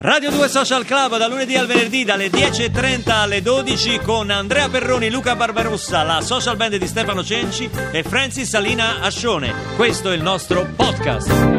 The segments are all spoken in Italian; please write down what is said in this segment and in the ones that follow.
Radio 2 Social Club da lunedì al venerdì dalle 10.30 alle 12 con Andrea Perroni, Luca Barbarossa, la social band di Stefano Cenci e Francis Salina Ascione. Questo è il nostro podcast.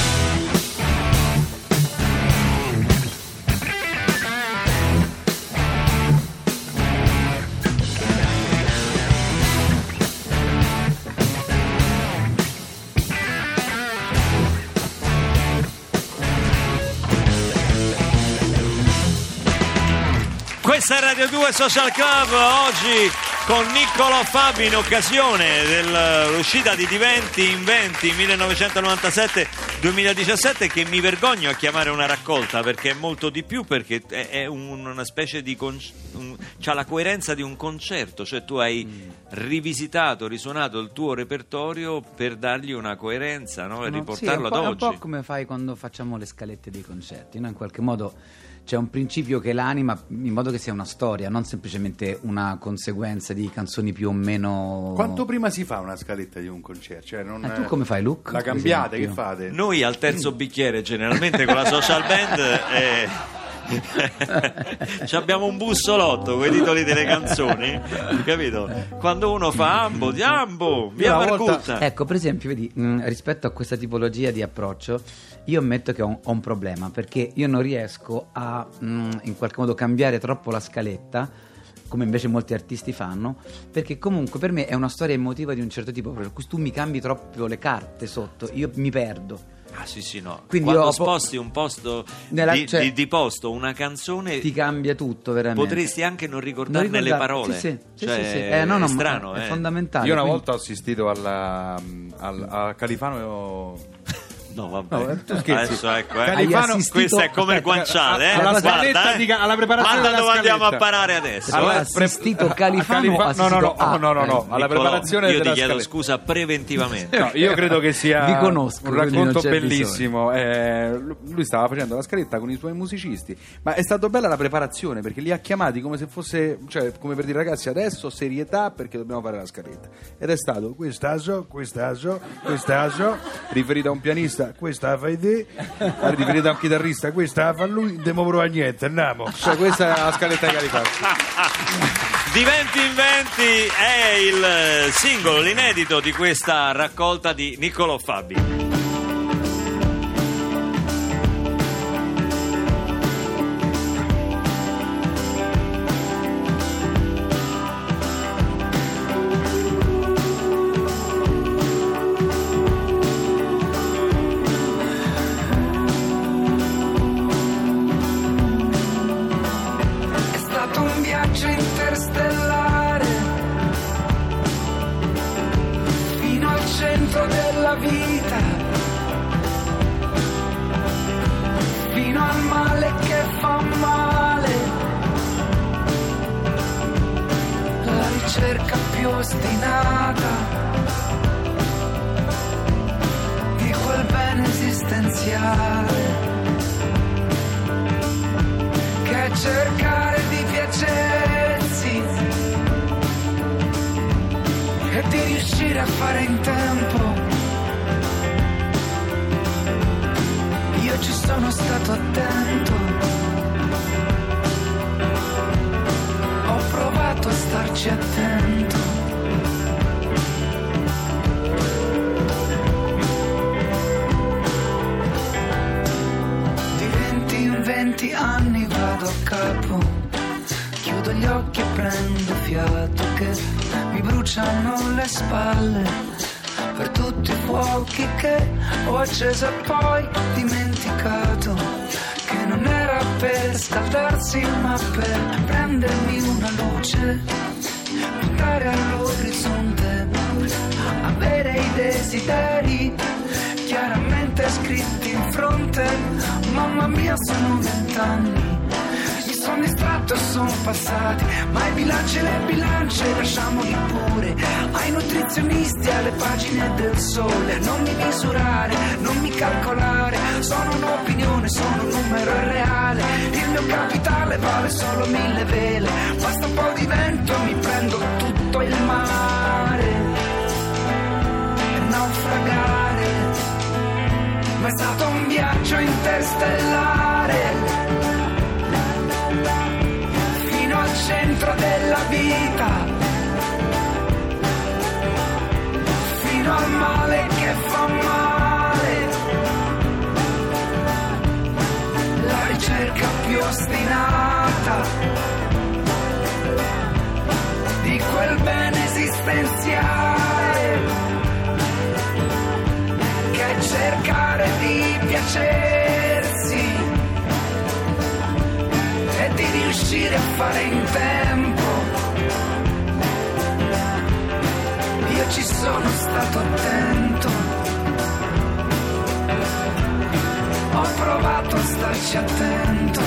Questa è Radio 2 Social Club, oggi con Niccolò Fabi in occasione dell'uscita di Diventi Inventi 1997-2017, che mi vergogno a chiamare una raccolta perché è molto di più, perché è una specie di c'ha la coerenza di un concerto, cioè tu hai rivisitato, risuonato il tuo repertorio per dargli una coerenza, no? E riportarlo ad oggi. È un po' come fai quando facciamo le scalette dei concerti, no? In qualche modo c'è un principio che l'anima, in modo che sia una storia, non semplicemente una conseguenza di canzoni più o meno. Quanto prima si fa una scaletta di un concerto? Cioè tu come fai, Luke? La cambiate, che fate? Noi al terzo bicchiere generalmente con la social band abbiamo un bussolotto con i titoli delle canzoni, capito? Quando uno fa Ambo, via Margutta. Ecco, per esempio, vedi, rispetto a questa tipologia di approccio, io ammetto che ho un problema, perché io non riesco a in qualche modo cambiare troppo la scaletta, come invece molti artisti fanno, perché comunque per me è una storia emotiva di un certo tipo, per cui tu mi cambi troppo le carte sotto, io mi perdo. Ah sì, no. Quindi quando sposti un posto di posto, una canzone, ti cambia tutto veramente. Potresti anche non ricordarne le parole. Sì. È strano, è fondamentale. Io una volta ho assistito a Califano. No, vabbè. No, tu scherzi. Adesso ecco, Califano, questo è come il guanciale, alla scaletta, alla preparazione della dove scaletta. andiamo a parare adesso. Allora, assistito Califano o assistito no, alla preparazione io della ti chiedo scaletta. Scusa preventivamente. No, io credo che sia Vi conosco, un racconto bellissimo. Lui stava facendo la scaletta con i suoi musicisti, ma è stata bella la preparazione, perché li ha chiamati come se fosse, cioè come per dire: ragazzi, adesso serietà, perché dobbiamo fare la scaletta. Ed è stato quest'aso, riferito a un pianista, questa la fai te, riferito a un chitarrista, questa la fa lui, non devo provare niente, andiamo. Cioè questa è la scaletta di Califano. Diventi Inventi è il singolo, l'inedito di questa raccolta di Niccolò Fabi. Interstellare fino al centro della vita, fino al male che fa male, la ricerca più ostinata di quel bene esistenziale che è cercare di piacersi e di riuscire a fare in tempo. Io ci sono stato attento, ho provato a starci attento. Di 20 anni vado a capo, chiudo gli occhi e prendo fiato, che mi bruciano le spalle per tutti i fuochi che ho acceso e poi dimenticato, che non era per scaldarsi ma per prendermi una luce, puntare all'orizzonte, avere i desideri chiaramente scritti in fronte. Mamma mia, sono 20 anni, mi sono distratto e sono passati, ma i bilanci e le bilance lasciamoli pure ai nutrizionisti, alle pagine del Sole. Non mi misurare, non mi calcolare, sono un'opinione, sono un numero irreale, il mio capitale vale solo 1000 vele, basta un po' di vento e mi prendo tutto il mare e naufragare. Ma è stato un viaggio interstellare ostinata di quel bene esistenziale che è cercare di piacersi e di riuscire a fare in tempo. Io ci sono stato attento, ho provato a starci attento.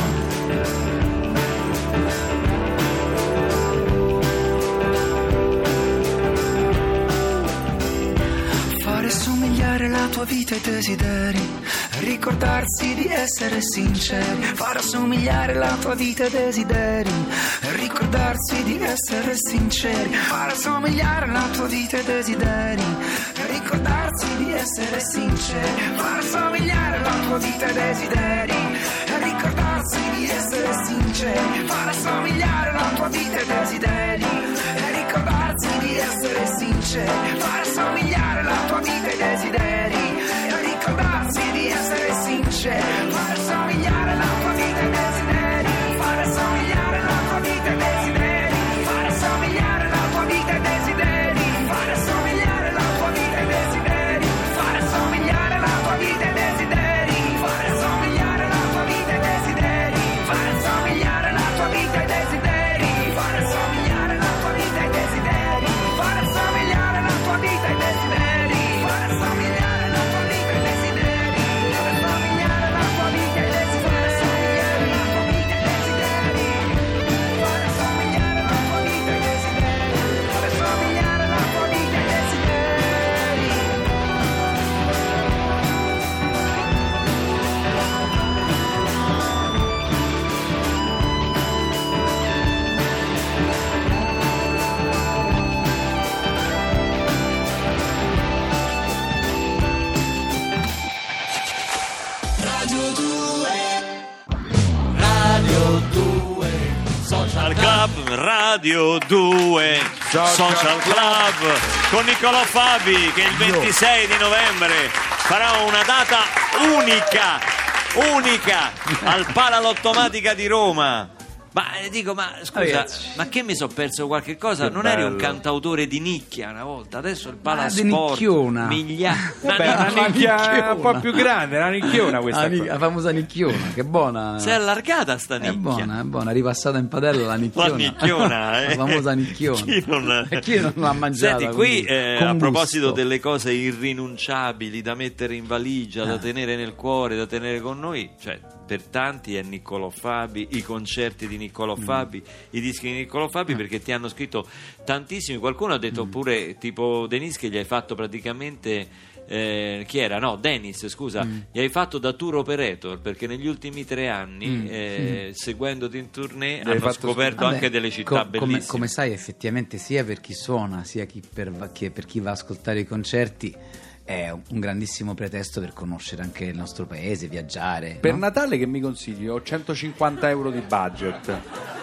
Fare somigliare la tua vita ai desideri, ricordarsi di essere sinceri. Far assomigliare la tua vita ai desideri, ricordarsi di essere sinceri. Far assomigliare la tua vita ai desideri, ricordarsi di essere sinceri. Far assomigliare la tua vita ai desideri, ricordarsi di essere sinceri. Far assomigliare la tua vita ai desideri, ricordarsi di essere sinceri. Far assomigliare la tua vita ai desideri, ricordarsi di essere sinceri. Far assomigliare la tua vita ai desideri, far assomigliare la tua vita ai desideri, far assomigliare la tua vita ai desideri, far assomigliare la tua vita ai desideri, far assomigliare la tua vita ai desideri, far assomigliare la tua vita ai desideri, far assomigliare la tua vita ai desideri, far assomigliare la tua vita ai desideri, far assomigliare la tua vita ai desideri, far assomigliare la tua vita ai desideri, far assomigliare la tua vita ai desideri, far assomigliare la tua vita ai desideri, far assomigliare la tua vita ai desideri, far assomigliare la tua vita ai desideri. Social Club, Radio 2 Social Club con Niccolò Fabi che il 26 di novembre farà una data unica al Palalottomatica di Roma. Ma dico, ma scusa, Ragazzi, ma che mi sono perso qualche cosa? Che Non eri un bello. cantautore di nicchia una volta, adesso il di Palasport nicchiona. Beh, una nicchia un po' più grande, una nicchiona questa qua. La famosa nicchiona, che buona. si è allargata sta È nicchia. buona, è ripassata in padella la nicchiona. La nicchiona, La famosa nicchiona. Chi non, E chi non l'ha mangiata? Senti, qui con a proposito gusto. delle cose irrinunciabili da mettere in valigia, da tenere nel cuore, da tenere con noi, cioè per tanti è Niccolò Fabi, i concerti di Niccolò Fabi, i dischi di Niccolò Fabi, perché ti hanno scritto tantissimi. Qualcuno ha detto pure, tipo Denis, che gli hai fatto praticamente chi era? No, Dennis, scusa, gli hai fatto da tour operator, perché negli ultimi 3 anni seguendoti in tournée hanno fatto scoperto Vabbè, anche delle città bellissime. come sai, effettivamente sia per chi suona sia che per chi va a ascoltare i concerti è un grandissimo pretesto per conoscere anche il nostro paese, viaggiare. Per no? Natale che mi consigli? Ho 150 euro di budget.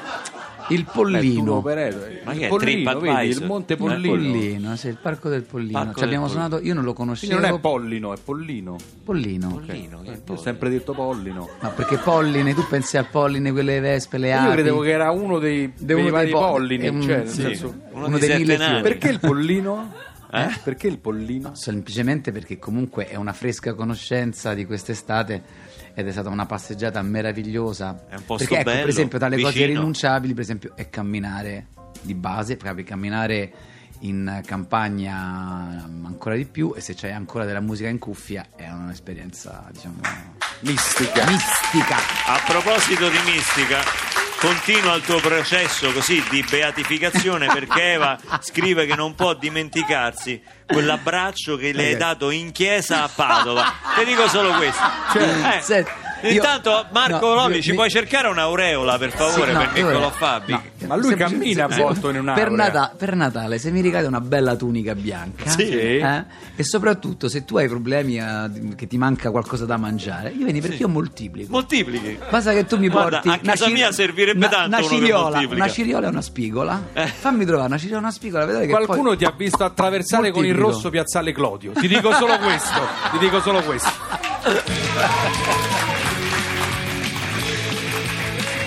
Il Pollino. Ma che Il è, Pollino, TripAdvisor? vedi, il Monte Il Pollino. Pollino, sì, il parco del Pollino. Parco Ci abbiamo del suonato, io non lo Quindi conoscevo. non è Pollino, è Pollino. Pollino. Pollino, che Io ho sempre detto Pollino. No, perché polline, tu pensi al polline, quelle vespe, le Io api. credevo che era uno dei uno vari dei po- pollini. è un- Cioè, nel sì. senso, Uno dei dei 1000 7 nani. fiori. perché il Pollino? Perché il Pollino? Semplicemente perché comunque è una fresca conoscenza di quest'estate ed è stata una passeggiata meravigliosa. È un posto perché ecco, bello, per esempio, tra le cose vicino. irrinunciabili, per esempio, è camminare di base, proprio camminare in campagna ancora di più, e se c'hai ancora della musica in cuffia è un'esperienza, diciamo, Mistica. mistica. A proposito di mistica, continua il tuo processo così di beatificazione, perché Eva scrive che non può dimenticarsi quell'abbraccio che le hai dato in chiesa a Padova. Ti dico solo questo. Senti, io- Intanto Marco no, Lovi, io- ci mi- puoi cercare un'aureola per favore Sì, no, per Niccolò io- Fabi? no. Ma lui cammina avvolto in un'aurea. per Natale, se mi regali una bella tunica bianca, Sì. e soprattutto se tu hai problemi che ti manca qualcosa da mangiare, io vieni perché io moltiplico. Moltiplichi. Basta che tu mi Guarda, porti a casa mia servirebbe tanto una uno che ciriola, moltiplica. una ciriola e una spigola. Fammi trovare una ciriola e una spigola, vedrai che Qualcuno poi... ti ha visto attraversare con il Moltiplico. rosso Piazzale Clodio. Ti dico solo questo. Ti dico solo questo.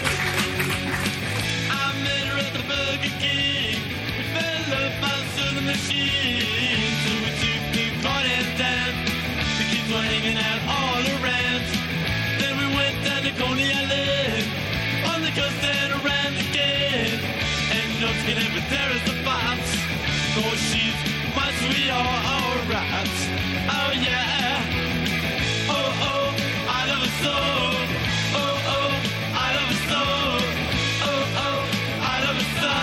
tears apart. Oh, she's my sweetheart. Oh, yeah. Oh, oh, I love her so. Oh, oh, I love her so. Oh, oh, I love her so.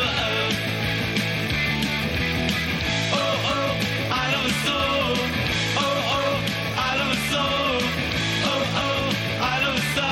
Oh, oh, I love her so. Oh, oh, I love her so. Oh, oh, I love her so.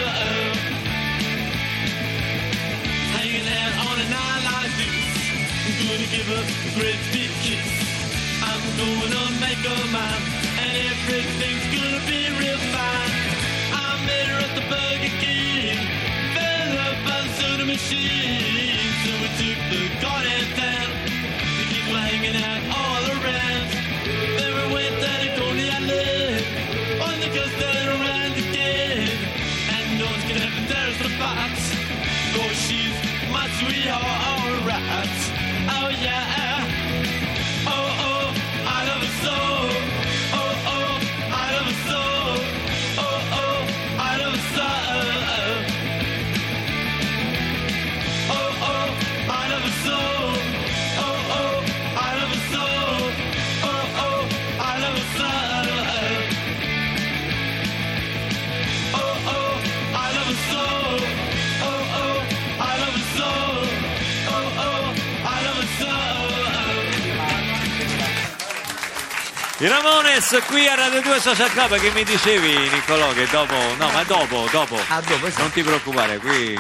Hanging out on a night like this, I'm gonna give her a great big kiss. I'm gonna make her mine, and everything's gonna be real fine. I met her at the Burger King, fell up by the soda machine. So we took the goddamn town, the kids were hanging out all around. Then we went down to Coney Island, on the coast and around again. And no one's gonna have to tear us apart, oh, she's my sweetheart. Oh, yeah. Oh, oh, I love her so. Oh, oh, I love her so. Oh, oh, I love her so. Oh, oh, I love her so. Oh, oh, I love her so. Oh, oh, I love her so. Oh, oh, I love her so. Oh, oh, I love her so. Oh, oh, I love her so. I Ramones qui a Radio 2 Social Club. Che mi dicevi, Niccolò, che dopo... No, ma dopo. Non ti preoccupare, qui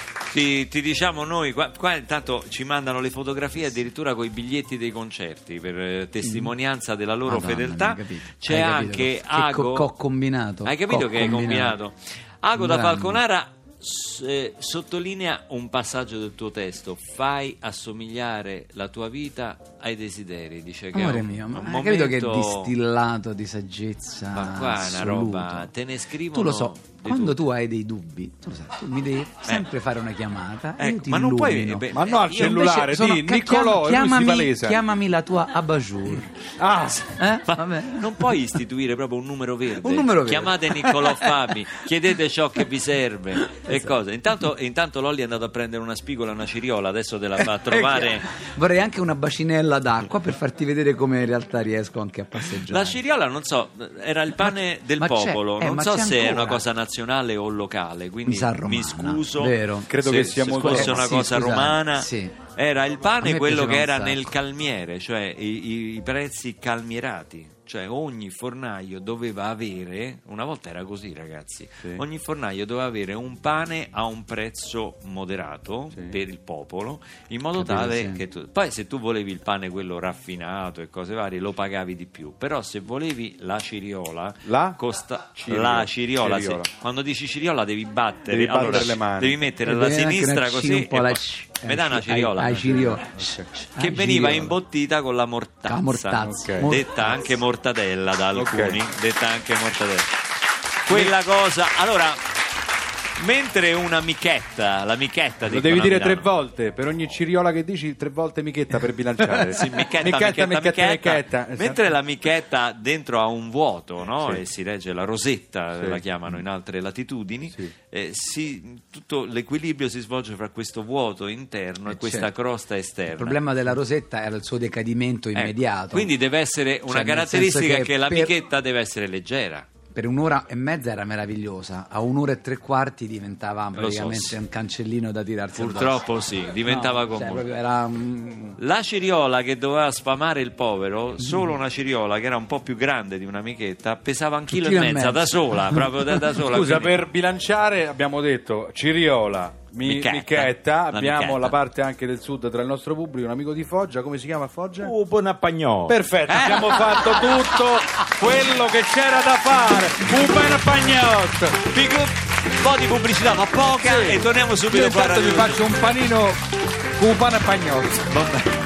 ti diciamo noi, qua intanto ci mandano le fotografie addirittura con i biglietti dei concerti per testimonianza della loro fedeltà. C'è anche Ago. Che ho combinato. Hai capito che hai combinato? Ago da Grande. Falconara sottolinea un passaggio del tuo testo: fai assomigliare la tua vita ai desideri, dice che Amore è un, mio, ma un hai capito che è momento... distillato di saggezza? Ma qua è una assoluto. roba, te ne scrivono. Tu lo so, di quando tutto. tu hai dei dubbi, tu lo sai, tu mi devi sempre fare una chiamata e io ti ma non puoi illumino. Ma no, al io cellulare, Invece sì, Niccolò, lui si palesa. chiamami la tua Abajour. Ah, Eh? Ma Vabbè. non puoi istituire proprio un numero verde. Un numero verde. Chiamate Niccolò Fabi, chiedete ciò che vi serve e cose. Intanto Lolli è andato a prendere una spigola e una ciriola, adesso te la fa trovare. Vorrei anche una bacinella d'acqua per farti vedere come in realtà riesco anche a passeggiare. La ciriola, non so, era il pane del ma c'è, popolo, non ma so c'è se è ancora. una cosa nazionale o locale, quindi Mi sa romana, mi scuso. vero. Credo se, che sia se molto- fosse una sì, cosa scusate, romana. sì. Era il A pane me quello che piaceva era un nel sacco. calmiere, cioè i prezzi calmierati. Cioè ogni fornaio doveva avere, una volta era così ragazzi, ogni fornaio doveva avere un pane a un prezzo moderato per il popolo, in modo Capito, tale sì. che tu, poi se tu volevi il pane quello raffinato e cose varie lo pagavi di più, però se volevi la ciriola, La? la ciriola, Ciriola. quando dici ciriola devi battere, Devi battere allora le mani. devi mettere E la viene anche sinistra una così un e po' la poi- mi dai una ciriola? Ai ciriola. Che veniva imbottita con la mortazza, La mortazza. Ok. detta anche mortadella da alcuni, Ok. detta anche mortadella. Quella cosa, allora, mentre una michetta, la michetta lo dicono devi a dire Milano. 3 volte, per ogni ciriola che dici 3 volte michetta per bilanciare. Sì, michetta. Esatto. Mentre la michetta dentro ha un vuoto, no? Sì. E si legge la rosetta, Sì. la chiamano in altre latitudini, Sì. tutto l'equilibrio si svolge fra questo vuoto interno e questa certo. crosta esterna. Il problema della rosetta era il suo decadimento immediato. Quindi deve essere una Cioè, nel caratteristica senso che la per- michetta deve essere leggera. Per 1 ora e mezza era meravigliosa, a 1 ora e 3/4 diventava praticamente sì. un cancellino da tirarsi Purtroppo addosso. sì, diventava No, cioè, comune. proprio era La ciriola che doveva sfamare il povero, solo una ciriola che era un po' più grande di una michetta, pesava 1,5 kg da sola, proprio da sola. Scusa, quindi- per bilanciare abbiamo detto ciriola, michetta, La abbiamo michetta. la parte anche del sud tra il nostro pubblico, un amico di Foggia, come si chiama Foggia? Buonapagnò. Perfetto, abbiamo fatto tutto quello che c'era da fare. Un bel pagnotto. Un po' di pubblicità, ma poca, e torniamo subito Io qua a intanto Radio vi faccio un panino con un pane e pagnotto. Vabbè.